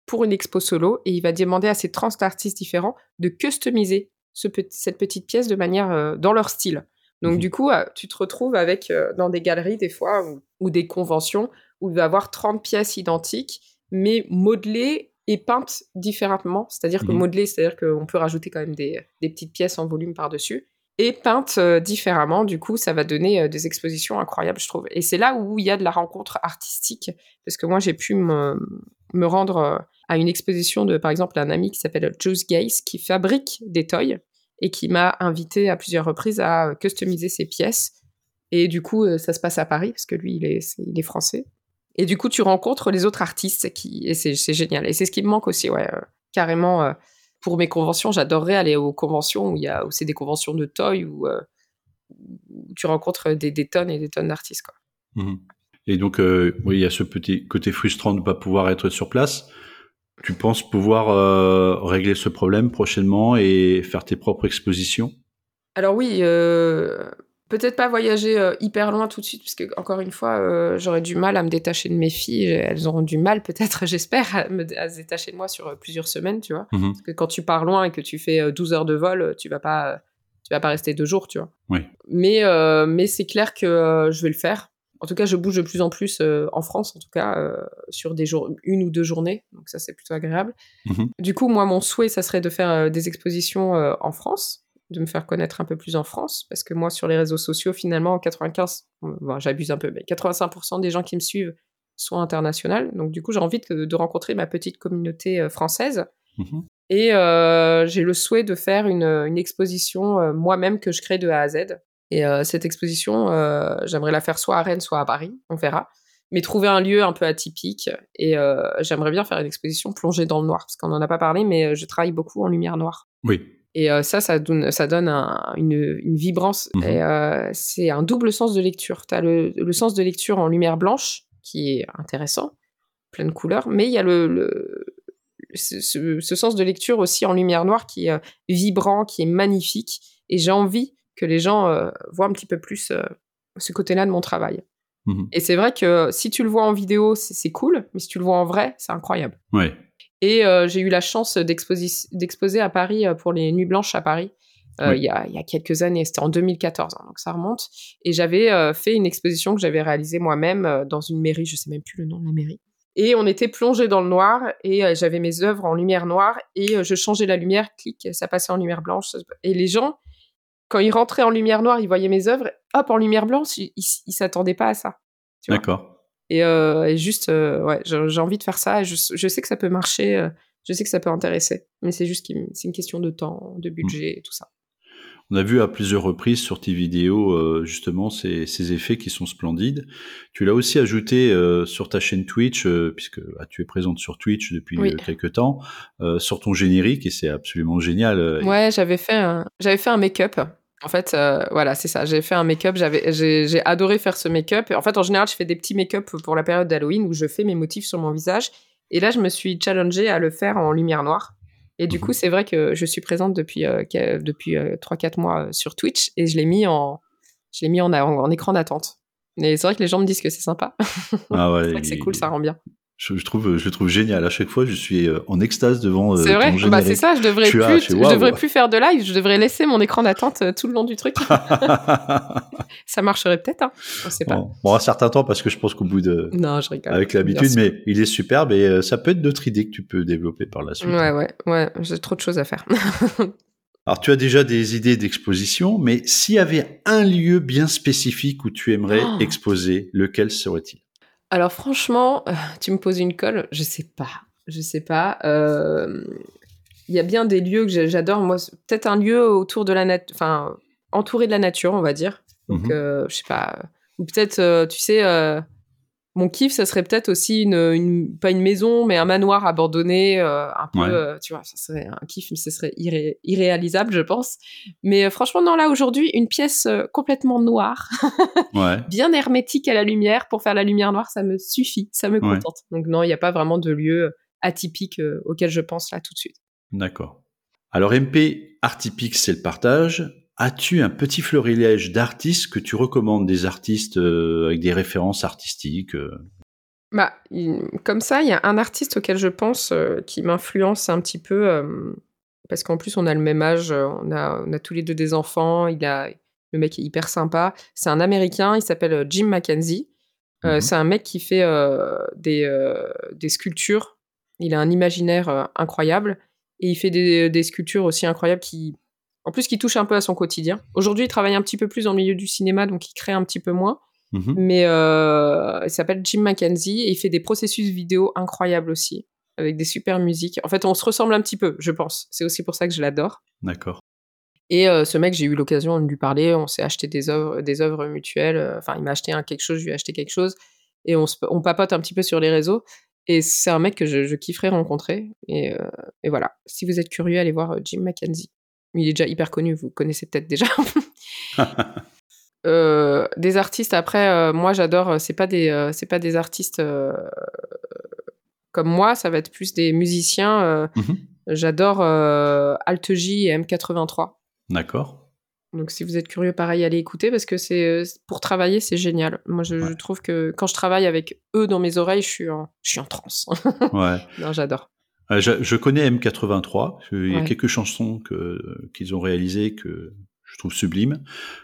pour une expo solo et il va demander à ces trente artistes différents de customiser ce pe- cette petite pièce de manière euh, dans leur style. Donc, mmh. du coup, euh, tu te retrouves avec, euh, dans des galeries, des fois, ou, ou des conventions, où il va y avoir trente pièces identiques, mais modelées et peintes différemment. C'est-à-dire mmh. que modelées, c'est-à-dire qu'on peut rajouter quand même des, des petites pièces en volume par-dessus. Et peintes euh, différemment, du coup, ça va donner euh, des expositions incroyables, je trouve. Et c'est là où il y a de la rencontre artistique, parce que moi, j'ai pu me, me rendre euh, à une exposition de, par exemple, un ami qui s'appelle Juice Gaze, qui fabrique des toys, et qui m'a invité à plusieurs reprises à customiser ses pièces. Et du coup, ça se passe à Paris, parce que lui, il est, c'est, il est français. Et du coup, tu rencontres les autres artistes, qui, et c'est, c'est génial. Et c'est ce qui me manque aussi, ouais, euh, carrément. Euh, pour mes conventions, j'adorerais aller aux conventions où, il y a, où c'est des conventions de toys, où, euh, où tu rencontres des, des tonnes et des tonnes d'artistes, quoi. Mmh. Et donc, euh, oui, il y a ce petit côté frustrant de ne pas pouvoir être sur place. Tu penses pouvoir euh, régler ce problème prochainement et faire tes propres expositions ? Alors oui, euh, peut-être pas voyager euh, hyper loin tout de suite, parce que encore une fois, euh, j'aurais du mal à me détacher de mes filles. Elles auront du mal, peut-être, j'espère, à, me, à se détacher de moi sur euh, plusieurs semaines, tu vois. Mmh. Parce que quand tu pars loin et que tu fais euh, douze heures de vol, tu vas pas, tu vas pas rester deux jours, tu vois. Oui. Mais, euh, mais c'est clair que euh, je vais le faire. En tout cas, je bouge de plus en plus euh, en France, en tout cas, euh, sur des jours, une ou deux journées. Donc ça, c'est plutôt agréable. Mmh. Du coup, moi, mon souhait, ça serait de faire euh, des expositions euh, en France, de me faire connaître un peu plus en France, parce que moi, sur les réseaux sociaux, finalement, quatre-vingt-quinze, bon, j'abuse un peu, mais quatre-vingt-cinq pour cent des gens qui me suivent sont internationaux. Donc du coup, j'ai envie de, de rencontrer ma petite communauté euh, française. Mmh. Et euh, j'ai le souhait de faire une, une exposition euh, moi-même que je crée de A à Z. Et euh, cette exposition, euh, j'aimerais la faire soit à Rennes, soit à Paris, on verra. Mais trouver un lieu un peu atypique. Et euh, j'aimerais bien faire une exposition plongée dans le noir, parce qu'on n'en a pas parlé, mais je travaille beaucoup en lumière noire. Oui. Et euh, ça, ça donne, ça donne un, une, une vibrance. Mmh. Et euh, c'est un double sens de lecture. Tu as le, le sens de lecture en lumière blanche, qui est intéressant, plein de couleurs, mais il y a le... le Ce, ce, ce sens de lecture aussi en lumière noire qui est euh, vibrant, qui est magnifique. Et j'ai envie que les gens euh, voient un petit peu plus euh, ce côté-là de mon travail. Mmh. Et c'est vrai que si tu le vois en vidéo, c'est, c'est cool, mais si tu le vois en vrai, c'est incroyable. Ouais. Et euh, j'ai eu la chance d'exposer, d'exposer à Paris pour les Nuits Blanches à Paris euh, oui. il, y a, il y a quelques années, c'était en deux mille quatorze, hein, donc ça remonte. Et j'avais euh, fait une exposition que j'avais réalisée moi-même euh, dans une mairie, je ne sais même plus le nom de la mairie. Et on était plongé dans le noir, et euh, j'avais mes œuvres en lumière noire, et euh, je changeais la lumière, clic, ça passait en lumière blanche. Et les gens, quand ils rentraient en lumière noire, ils voyaient mes œuvres, hop, en lumière blanche, ils, ils, ils s'attendaient pas à ça. Tu vois. D'accord. Et, euh, et juste, euh, ouais, j'ai, j'ai envie de faire ça, et je, je sais que ça peut marcher, euh, je sais que ça peut intéresser, mais c'est juste qu'il, c'est une question de temps, de budget, mmh. et tout ça. On a vu à plusieurs reprises sur tes vidéos euh, justement ces, ces effets qui sont splendides. Tu l'as aussi ajouté euh, sur ta chaîne Twitch, euh, puisque ah, tu es présente sur Twitch depuis oui. euh, quelques temps, euh, sur ton générique, et c'est absolument génial. Euh, ouais, j'avais fait un, j'avais fait un make-up. En fait, euh, voilà, c'est ça. J'ai fait un make-up. J'avais, j'ai, j'ai adoré faire ce make-up. En fait, en général, je fais des petits make-up pour la période d'Halloween où je fais mes motifs sur mon visage. Et là, je me suis challengée à le faire en lumière noire. Et du mmh. coup, c'est vrai que je suis présente depuis, euh, depuis euh, trois quatre mois euh, sur Twitch, et je l'ai mis en, je l'ai mis en, en, en écran d'attente. Et c'est vrai que les gens me disent que c'est sympa. Ah ouais, c'est vrai que c'est cool, ça rend bien. Je, je trouve, je le trouve génial. À chaque fois, je suis en extase devant euh, c'est vrai. ton générique. Bah c'est ça. Je devrais plus, as, je, wow, je devrais wow. plus faire de live. Je devrais laisser mon écran d'attente euh, tout le long du truc. Ça marcherait peut-être. Hein. On sait pas. Bon, bon, un certain temps, parce que je pense qu'au bout de, non, je rigole. Avec l'habitude, mais il est superbe, et euh, ça peut être d'autres idées que tu peux développer par la suite. Ouais, ouais, ouais. J'ai trop de choses à faire. Alors, tu as déjà des idées d'exposition, mais s'il y avait un lieu bien spécifique où tu aimerais oh. exposer, lequel serait-il ? Alors franchement, euh, tu me poses une colle, je sais pas, je sais pas. Il euh, y a bien des lieux que j'adore. Moi, peut-être un lieu autour de la nature, enfin entouré de la nature, on va dire. Donc, mm-hmm. euh, je sais pas. Ou peut-être, euh, tu sais, euh, mon kiff, ça serait peut-être aussi une, une, pas une maison, mais un manoir abandonné, euh, un peu, ouais. euh, tu vois, ça serait un kiff, mais ce serait irré- irréalisable, je pense. Mais euh, franchement, non, là, aujourd'hui, une pièce euh, complètement noire, ouais. bien hermétique à la lumière, pour faire la lumière noire, ça me suffit, ça me contente. Ouais. Donc non, il n'y a pas vraiment de lieu atypique euh, auquel je pense là tout de suite. D'accord. Alors, M P, art typique, c'est le partage. As-tu un petit florilège d'artistes que tu recommandes, des artistes euh, avec des références artistiques euh... Bah, il- comme ça, il y a un artiste auquel je pense euh, qui m'influence un petit peu, euh, parce qu'en plus, on a le même âge, euh, on a, on a tous les deux des enfants, il a, le mec est hyper sympa. C'est un Américain, il s'appelle euh, Jim McKenzie. Euh, Mhm. c'est un mec qui fait euh, des, euh, des sculptures. Il a un imaginaire euh, incroyable. Et il fait des, des sculptures aussi incroyables qui, en plus, qui touchent un peu à son quotidien. Aujourd'hui, il travaille un petit peu plus dans le milieu du cinéma, donc il crée un petit peu moins. Mhm. Mais euh, il s'appelle Jim McKenzie et il fait des processus vidéo incroyables aussi, avec des super musiques. En fait, on se ressemble un petit peu, je pense. C'est aussi pour ça que je l'adore. D'accord. Et euh, ce mec, j'ai eu l'occasion de lui parler. On s'est acheté des œuvres, des œuvres mutuelles. euh, Enfin, il m'a acheté un quelque chose, je lui ai acheté quelque chose. Et on, se, on papote un petit peu sur les réseaux. Et c'est un mec que je, je kifferais rencontrer. Et, euh, et voilà. Si vous êtes curieux, allez voir euh, Jim McKenzie. Il est déjà hyper connu, vous connaissez peut-être déjà. Euh, des artistes après, euh, moi j'adore. euh, C'est pas des, euh, c'est pas des artistes euh, comme moi. Ça va être plus des musiciens. euh, Mhm. J'adore euh, Alt J et M quatre-vingt-trois. D'accord. Donc si vous êtes curieux, pareil, allez écouter parce que c'est euh, pour travailler, c'est génial. Moi, je, je Ouais. trouve que quand je travaille avec eux dans mes oreilles, je suis en, je suis en transe. Ouais. Non, j'adore. Euh, je, je connais M quatre-vingt-trois. Il y a Ouais. quelques chansons que, qu'ils ont réalisées que je trouve sublimes.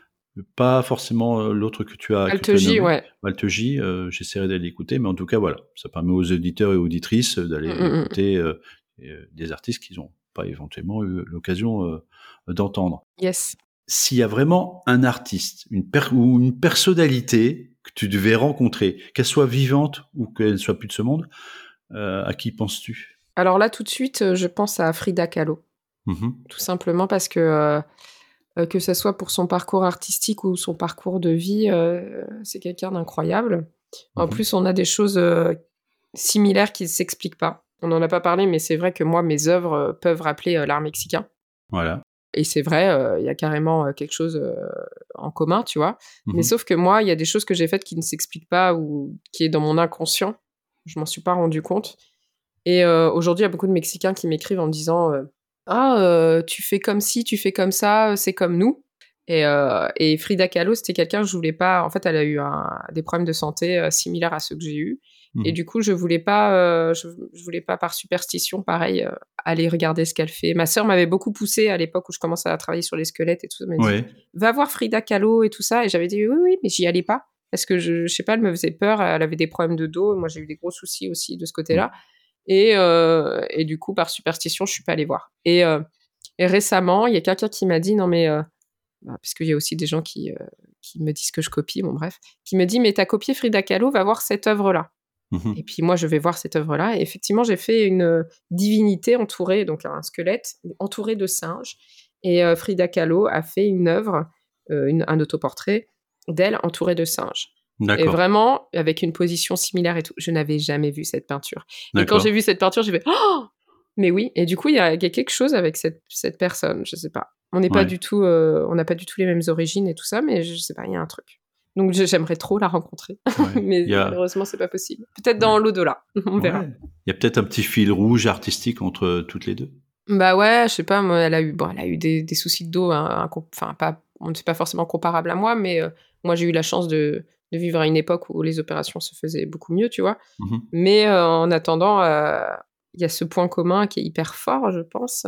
Pas forcément euh, l'autre que tu as, que Alt tu as J, nommé. ouais. Malte J, euh, j'essaierai d'aller l'écouter, mais en tout cas, voilà. Ça permet aux auditeurs et auditrices Mm, d'aller mm, mm. écouter euh, euh, des artistes qu'ils n'ont pas éventuellement eu l'occasion euh, d'entendre. Yes. S'il y a vraiment un artiste, une per- ou une personnalité que tu devais rencontrer, qu'elle soit vivante ou qu'elle ne soit plus de ce monde, euh, à qui penses-tu? Alors là, tout de suite, euh, je pense à Frida Kahlo. Mhm. Tout simplement parce que euh, euh, que ce soit pour son parcours artistique ou son parcours de vie, euh, c'est quelqu'un d'incroyable. En Mhm. plus, on a des choses euh, similaires qui ne s'expliquent pas. On n'en a pas parlé, mais c'est vrai que moi, mes œuvres euh, peuvent rappeler euh, l'art mexicain. Voilà. Et c'est vrai, euh, il y a carrément euh, quelque chose euh, en commun, tu vois. Mais Mhm. sauf que moi, il y a des choses que j'ai faites qui ne s'expliquent pas ou qui est dans mon inconscient. Je m'en suis pas rendu compte. Et euh, aujourd'hui, il y a beaucoup de Mexicains qui m'écrivent en me disant euh, Ah, euh, tu fais comme ci, tu fais comme ça, c'est comme nous. Et, euh, et Frida Kahlo, c'était quelqu'un que je voulais pas. En fait, elle a eu un- des problèmes de santé euh, similaires à ceux que j'ai eus. Et Mhm. du coup, je voulais pas, euh, je, je voulais pas par superstition, pareil, euh, aller regarder ce qu'elle fait. Ma sœur m'avait beaucoup poussée à l'époque où je commençais à travailler sur les squelettes et tout. Elle m'a dit Ouais. Va voir Frida Kahlo et tout ça. Et j'avais dit oui, oui, mais j'y allais pas parce que je, je sais pas, elle me faisait peur. Elle avait des problèmes de dos. Moi, j'ai eu des gros soucis aussi de ce Mhm. côté-là. Et, euh, et du coup, par superstition, je suis pas allée voir. Et, euh, et récemment, il y a quelqu'un qui m'a dit, non mais, euh, bah, parce qu'il y a aussi des gens qui, euh, qui me disent que je copie, bon bref, qui me dit, mais t'as copié Frida Kahlo, va voir cette œuvre-là. Mhm. Et puis moi, je vais voir cette œuvre-là. Et effectivement, j'ai fait une euh, divinité entourée, donc un squelette entouré de singes. Et euh, Frida Kahlo a fait une œuvre, euh, une- un autoportrait d'elle entourée de singes. Et D'accord. vraiment, avec une position similaire et tout. Je n'avais jamais vu cette peinture. Et quand j'ai D'accord. vu cette peinture, j'ai fait oh mais oui. Et du coup, il y, a il y a quelque chose avec cette, cette personne. Je sais pas. On n'est pas Ouais. du tout, euh, on n'a pas du tout les mêmes origines et tout ça, mais je, je sais pas. Il y a un truc. Donc je- j'aimerais trop la rencontrer, Ouais. mais Il y a, malheureusement, c'est pas possible. Peut-être ouais. dans l'au-delà. On verra. Ouais. Il y a peut-être un petit fil rouge artistique entre toutes les deux. Bah ouais, je sais pas. Moi, elle a eu, bon, elle a eu des, des soucis de dos, hein, incom- enfin pas, on ne sait pas forcément comparable à moi, mais euh, moi j'ai eu la chance de, de vivre à une époque où les opérations se faisaient beaucoup mieux, tu vois. Mhm. Mais euh, en attendant, euh, il y a ce point commun qui est hyper fort, je pense.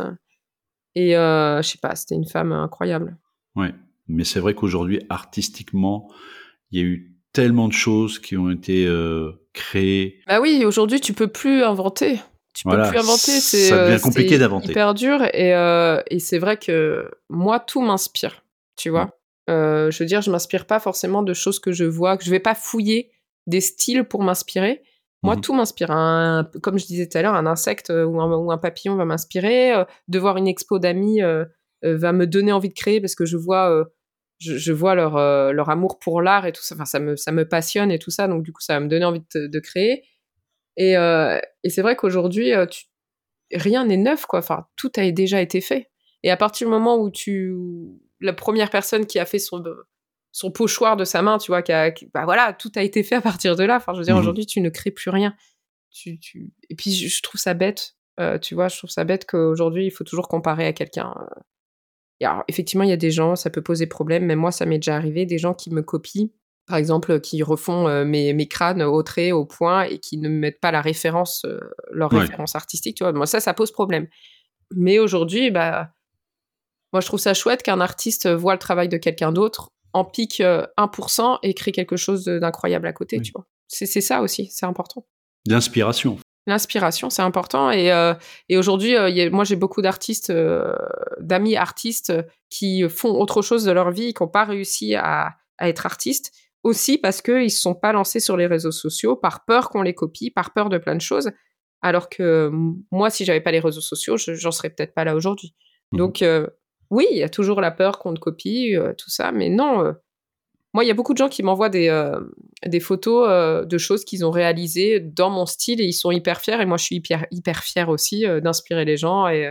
Et euh, je sais pas, c'était une femme incroyable. Ouais. Mais c'est vrai qu'aujourd'hui, artistiquement, il y a eu tellement de choses qui ont été euh, créées. Bah oui, aujourd'hui, tu peux plus inventer. Tu peux Voilà, plus inventer, c'est ça euh, devient compliqué c'est d'inventer. hyper dur. Et, euh, et c'est vrai que moi, tout m'inspire, tu Mm. vois. Euh, je veux dire, je m'inspire pas forcément de choses que je vois, que je vais pas fouiller des styles pour m'inspirer. Moi, Mhm. tout m'inspire. Un- comme je disais tout à l'heure, un insecte euh, ou un, ou un papillon va m'inspirer. Euh, de voir une expo d'amis euh, euh, va me donner envie de créer parce que je vois, euh, je, je vois leur, euh, leur amour pour l'art et tout ça. Enfin, ça me, ça me passionne et tout ça. Donc, du coup, ça va me donner envie de, de créer. Et, euh, et c'est vrai qu'aujourd'hui, euh, tu- rien n'est neuf, quoi. Enfin, tout a déjà été fait. Et à partir du moment où tu, la première personne qui a fait son son pochoir de sa main, tu vois, qui a, qui- bah voilà, tout a été fait à partir de là. Enfin, je veux dire, Mhm. aujourd'hui, tu ne crées plus rien. Tu, tu... Et puis, je, je trouve ça bête. euh, tu vois, je trouve ça bête qu'aujourd'hui, il faut toujours comparer à quelqu'un. euh. Et alors, effectivement, il y a des gens, ça peut poser problème. Même moi, ça m'est déjà arrivé, des gens qui me copient par exemple, qui refont euh, mes, mes crânes au trait, au point, et qui ne mettent pas la référence, euh, leur Ouais. référence artistique, tu vois. Moi, ça, ça pose problème. Mais aujourd'hui, bah, moi, je trouve ça chouette qu'un artiste voit le travail de quelqu'un d'autre, en pique euh, un pour cent et crée quelque chose de- d'incroyable à côté, Oui. tu vois. C'est, c'est ça aussi, c'est important. D'inspiration. L'inspiration, c'est important. Et, euh, et aujourd'hui, euh, y a- moi, j'ai beaucoup d'artistes, euh, d'amis artistes euh, qui font autre chose de leur vie, qui n'ont pas réussi à, à être artistes, aussi parce qu'ils ne se sont pas lancés sur les réseaux sociaux par peur qu'on les copie, par peur de plein de choses. Alors que m- moi, si j'avais pas les réseaux sociaux, je, j'en serais peut-être pas là aujourd'hui. Mhm. Donc, euh, oui, il y a toujours la peur qu'on te copie, euh, tout ça, mais non. euh, moi, il y a beaucoup de gens qui m'envoient des, euh, des photos euh, de choses qu'ils ont réalisées dans mon style et ils sont hyper fiers. Et moi, je suis hyper, hyper fière aussi euh, d'inspirer les gens et,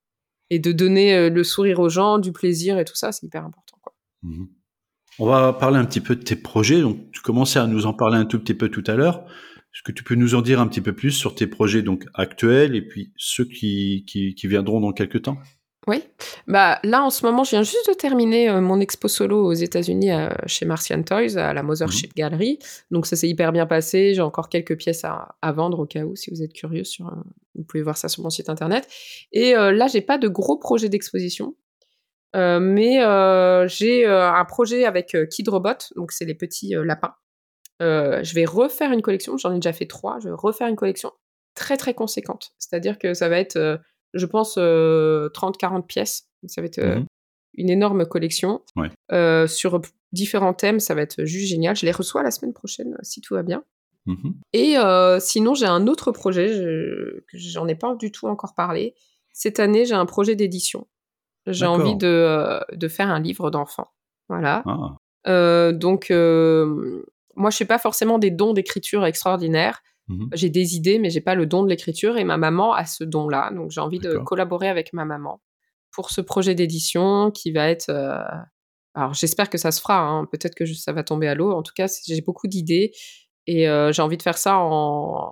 et de donner euh, le sourire aux gens, du plaisir et tout ça. C'est hyper important, quoi. Mhm. On va parler un petit peu de tes projets. Donc, tu commençais à nous en parler un tout petit peu tout à l'heure. Est-ce que tu peux nous en dire un petit peu plus sur tes projets donc actuels et puis ceux qui, qui, qui viendront dans quelques temps? Oui. Bah, là, en ce moment, je viens juste de terminer euh, mon expo solo aux États-Unis euh, chez Martian Toys, à la Mothership Gallery. Donc, ça s'est hyper bien passé. J'ai encore quelques pièces à, à vendre au cas où, si vous êtes curieux. Sur, euh, vous pouvez voir ça sur mon site internet. Et euh, là, j'ai pas de gros projets d'exposition. Euh, mais euh, j'ai euh, un projet avec euh, Kid Robot, donc c'est les petits euh, lapins. Euh, je vais refaire une collection, j'en ai déjà fait trois, je vais refaire une collection très très conséquente. C'est-à-dire que ça va être, euh, je pense, euh, trente à quarante pièces. Donc ça va être euh, Mhm. une énorme collection Ouais. euh, sur différents thèmes, ça va être juste génial. Je les reçois la semaine prochaine, euh, si tout va bien. Mhm. Et euh, sinon, j'ai un autre projet, je, que j'en ai pas du tout encore parlé. Cette année, j'ai un projet d'édition. J'ai envie D'accord. de, euh, de faire un livre d'enfant. Voilà. Ah. Euh, donc, euh, moi, je suis pas forcément des dons d'écriture extraordinaires. Mhm. J'ai des idées, mais j'ai pas le don de l'écriture. Et ma maman a ce don-là. Donc, j'ai envie de D'accord. collaborer avec ma maman pour ce projet d'édition qui va être... euh, Alors, j'espère que ça se fera. Hein. Peut-être que je- ça va tomber à l'eau. En tout cas, c'est- j'ai beaucoup d'idées. Et euh, j'ai envie de faire ça en...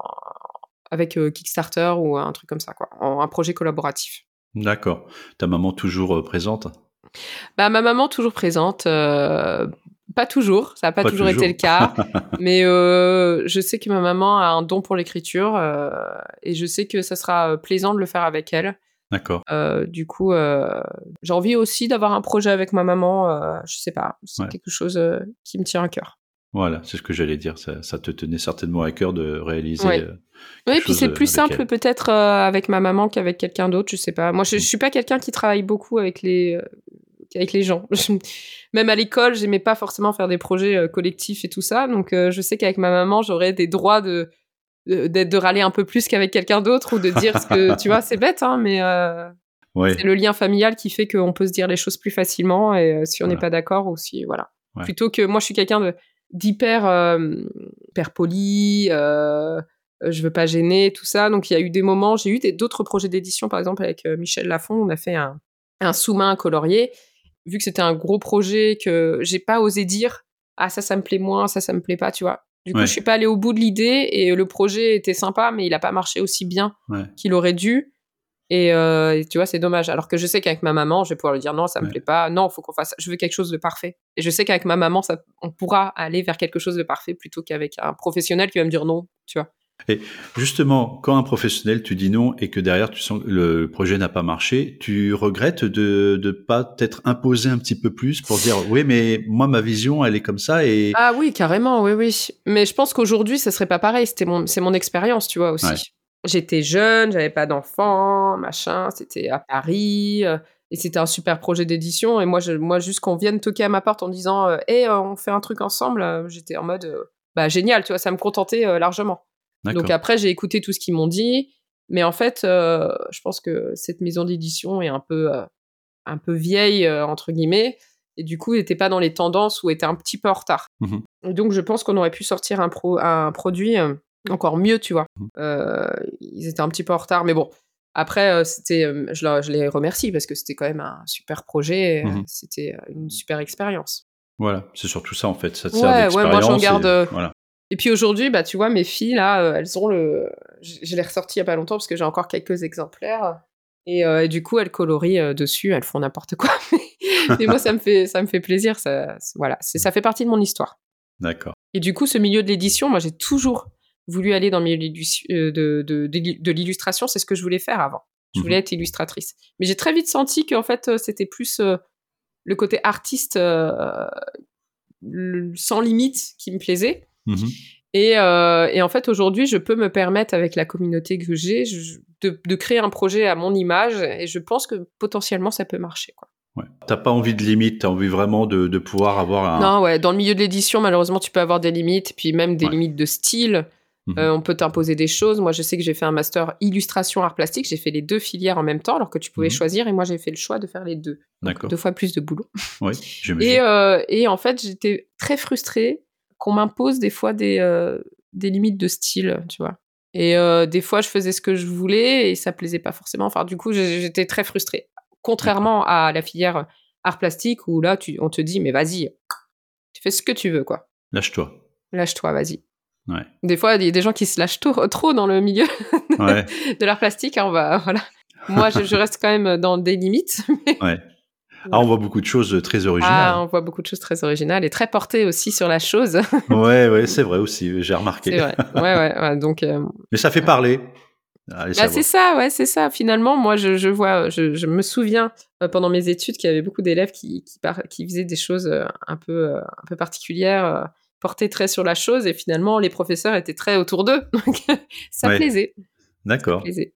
avec euh, Kickstarter ou un truc comme ça, quoi. En, un projet collaboratif. D'accord. Ta maman toujours euh, présente? Bah, ma maman toujours présente, euh, pas toujours, ça n'a pas Pas toujours été le toujours. cas, mais euh, je sais que ma maman a un don pour l'écriture euh, et je sais que ça sera euh, plaisant de le faire avec elle. D'accord. Euh, du coup, euh, j'ai envie aussi d'avoir un projet avec ma maman, euh, je sais pas, c'est Ouais. quelque chose euh, qui me tient à cœur. Voilà, c'est ce que j'allais dire. Ça, ça te tenait certainement à cœur de réaliser Oui. euh, Oui, quelque puis chose c'est euh, plus avec simple elle. peut-être euh, avec ma maman qu'avec quelqu'un d'autre, je sais pas. Moi, je, je suis pas quelqu'un qui travaille beaucoup avec les, euh, avec les gens. Même à l'école, j'aimais pas forcément faire des projets euh, collectifs et tout ça. Donc, euh, je sais qu'avec ma maman, j'aurais des droits de, de, d'être- de râler un peu plus qu'avec quelqu'un d'autre ou de dire ce que, tu vois, c'est bête, hein, mais euh, c'est Ouais, le lien familial qui fait qu'on peut se dire les choses plus facilement et euh, si on n'est voilà. pas d'accord ou si, voilà. Ouais. Plutôt que moi, je suis quelqu'un de, d'hyper, euh, hyper poli, euh, je veux pas gêner, tout ça. Donc, il y a eu des moments, j'ai eu des, d'autres projets d'édition, par exemple, avec euh, Michel Lafon, on a fait un, un sous-main colorié. Vu que c'était un gros projet que j'ai pas osé dire, ah, ça, ça me plaît moins, ça, ça me plaît pas, tu vois. Du coup, Ouais. je suis pas allée au bout de l'idée et le projet était sympa, mais il a pas marché aussi bien Ouais. qu'il aurait dû. Et, euh, et tu vois, c'est dommage. Alors que je sais qu'avec ma maman, je vais pouvoir lui dire non, ça me Ouais. plaît pas. Non, faut qu'on fasse. Je veux quelque chose de parfait. Et je sais qu'avec ma maman, ça, on pourra aller vers quelque chose de parfait plutôt qu'avec un professionnel qui va me dire non, tu vois. Et justement, quand un professionnel tu dis non et que derrière tu sens que le projet n'a pas marché, tu regrettes de de pas t'être imposé un petit peu plus pour dire oui mais moi ma vision elle est comme ça et Ah oui, carrément, oui, oui. Mais je pense qu'aujourd'hui, ça serait pas pareil. C'était mon, c'est mon expérience, tu vois aussi. Ouais. J'étais jeune, j'avais pas d'enfant, machin. C'était à Paris. euh, Et c'était un super projet d'édition. Et moi, je, moi juste qu'on vienne toquer à ma porte en disant euh, Hey, euh, on fait un truc ensemble, euh, j'étais en mode euh, bah génial, tu vois, ça me contentait euh, largement. Donc D'accord. après, j'ai écouté tout ce qu'ils m'ont dit. Mais en fait, euh, je pense que cette maison d'édition est un peu, euh, un peu vieille, euh, entre guillemets. Et du coup, n'était pas dans les tendances ou était un petit peu en retard. Mhm. Et donc, je pense qu'on aurait pu sortir un, pro, un produit euh, encore mieux, tu vois. Mhm. Euh, ils étaient un petit peu en retard, mais bon. Après, euh, c'était, euh, je, leur- je les remercie parce que c'était quand même un super projet. et, euh, Mhm. C'était euh, une super expérience. Voilà, c'est surtout ça en fait, ça te sert Ouais, ouais, moi j'en d'expérience garde. et euh, voilà. Et puis aujourd'hui, bah, tu vois, mes filles, là, euh, elles ont le. Je, je l'ai ressorti il y a pas longtemps parce que j'ai encore quelques exemplaires. Et, euh, et du coup, elles colorient euh, dessus, elles font n'importe quoi. Mais moi, ça me fait, ça me fait plaisir. Ça, c'est- voilà, c'est, ça fait partie de mon histoire. D'accord. Et du coup, ce milieu de l'édition, moi, j'ai toujours voulu aller dans le milieu de, de, de, de, de l'illustration. C'est ce que je voulais faire avant. Je voulais mmh. être illustratrice. Mais j'ai très vite senti qu'en fait, c'était plus euh, le côté artiste euh, le, sans limite qui me plaisait. Mmh. Et, euh, et en fait, aujourd'hui, je peux me permettre, avec la communauté que j'ai, je, de, de créer un projet à mon image. Et je pense que potentiellement, ça peut marcher, quoi. Ouais. T'as pas envie de limite, t'as envie vraiment de, de pouvoir avoir un... Non, ouais, dans le milieu de l'édition, malheureusement, tu peux avoir des limites, puis même des ouais. limites de style. Mmh. Euh, on peut t'imposer des choses. Moi, je sais que j'ai fait un master illustration art plastique. J'ai fait les deux filières en même temps, alors que tu pouvais mmh. choisir. Et moi, j'ai fait le choix de faire les deux. Donc, D'accord. deux fois plus de boulot. Oui, j'imagine. Et, euh, et en fait, j'étais très frustrée qu'on m'impose des fois des, euh, des limites de style, tu vois. Et euh, des fois, je faisais ce que je voulais et ça plaisait pas forcément. Enfin, du coup, j'étais très frustrée. Contrairement D'accord. à la filière art plastique où là, tu, on te dit, mais vas-y, tu fais ce que tu veux, quoi. Lâche-toi. Lâche-toi, vas-y. Ouais. Des fois, il y a des gens qui se lâchent trop, trop dans le milieu ouais. de l'art plastique. Hein, on va, voilà. Moi, je, je reste quand même dans des limites. Mais... Ouais. Ah, on voit beaucoup de choses très originales. Ah, on voit beaucoup de choses très originales et très portées aussi sur la chose. ouais, ouais, c'est vrai aussi, j'ai remarqué. C'est vrai. Ouais, ouais, ouais. Donc. Euh... Mais ça fait parler. Bah, c'est ça, ouais, c'est ça. Finalement, moi, je, je vois, je, je me souviens euh, pendant mes études qu'il y avait beaucoup d'élèves qui, qui, par... qui faisaient des choses euh, un peu, euh, un peu particulières, euh, portées très sur la chose, et finalement, les professeurs étaient très autour d'eux. Donc, ça ouais. plaisait. D'accord. Ça plaisait.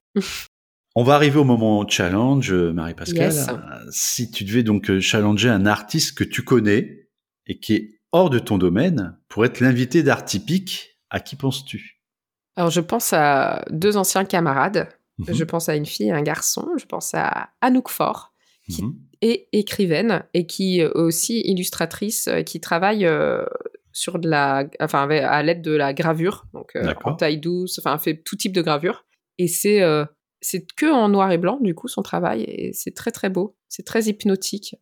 On va arriver au moment challenge, Marie-Pascale. Yes. Si tu devais donc challenger un artiste que tu connais et qui est hors de ton domaine pour être l'invité d'Art Typique, à qui penses-tu ? Alors, je pense à deux anciens camarades. Mmh. Je pense à une fille et un garçon. Je pense à Anouk Faure, qui mmh. est écrivaine et qui est aussi illustratrice, qui travaille euh, sur de la, enfin, à l'aide de la gravure, donc euh, en taille douce, enfin, fait tout type de gravure. Et c'est, euh, c'est que en noir et blanc, du coup, son travail. Et c'est très, très beau. C'est très hypnotique.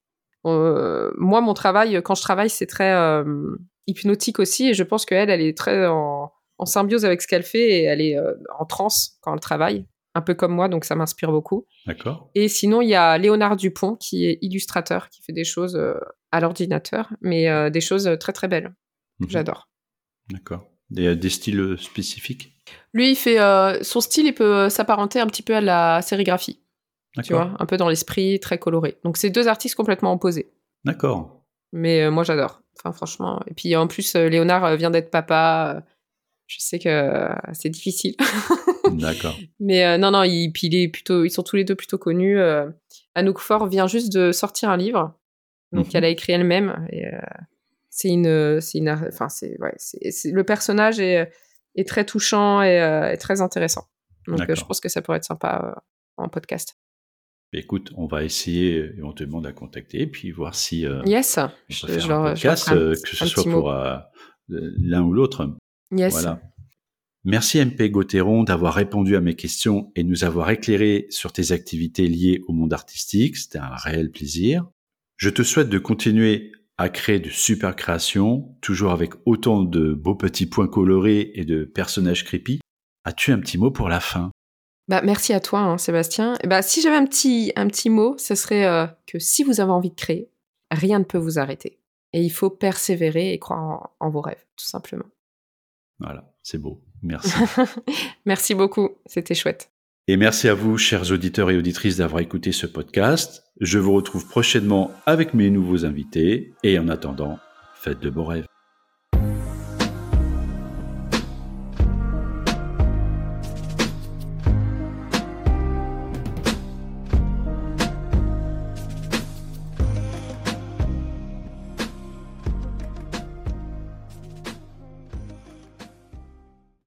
Euh, moi, mon travail, quand je travaille, c'est très euh, hypnotique aussi. Et je pense qu'elle, elle est très en... en symbiose avec ce qu'elle fait et elle est euh, en transe quand elle travaille, un peu comme moi, donc ça m'inspire beaucoup. D'accord. Et sinon, il y a Léonard Dupont qui est illustrateur, qui fait des choses euh, à l'ordinateur, mais euh, des choses très très belles, que mmh. j'adore. D'accord. Des, des styles spécifiques ? Lui, il fait, euh, son style, il peut s'apparenter un petit peu à la sérigraphie, D'accord. tu vois, un peu dans l'esprit, très coloré. Donc c'est deux artistes complètement opposés. D'accord. Mais euh, moi, j'adore. Enfin, franchement. Et puis en plus, euh, Léonard vient d'être papa. Euh, Je sais que euh, c'est difficile. D'accord. Mais euh, non, non, il, puis il est plutôt, ils sont tous les deux plutôt connus. Euh, Anouk Faure vient juste de sortir un livre, donc mm-hmm. elle a écrit elle-même. Et, euh, c'est une, c'est une, enfin c'est, ouais, c'est, c'est le personnage est, est très touchant et euh, est très intéressant. Donc euh, je pense que ça pourrait être sympa euh, en podcast. Écoute, on va essayer éventuellement de la contacter et puis voir si euh, yes, on je, peut faire je un leur, podcast, un, euh, que ce soit pour euh, l'un ou l'autre. Yes. Voilà. Merci M P Gauthieron d'avoir répondu à mes questions et nous avoir éclairé sur tes activités liées au monde artistique. C'était un réel plaisir. Je te souhaite de continuer à créer de super créations, toujours avec autant de beaux petits points colorés et de personnages creepy. As-tu un petit mot pour la fin ? Bah, merci à toi, hein, Sébastien. Et bah, si j'avais un petit, un petit mot, ce serait euh, que si vous avez envie de créer, rien ne peut vous arrêter. Et il faut persévérer et croire en, en vos rêves, tout simplement. Voilà, c'est beau. Merci. Merci beaucoup, c'était chouette. Et merci à vous, chers auditeurs et auditrices, d'avoir écouté ce podcast. Je vous retrouve prochainement avec mes nouveaux invités. Et en attendant, faites de beaux rêves.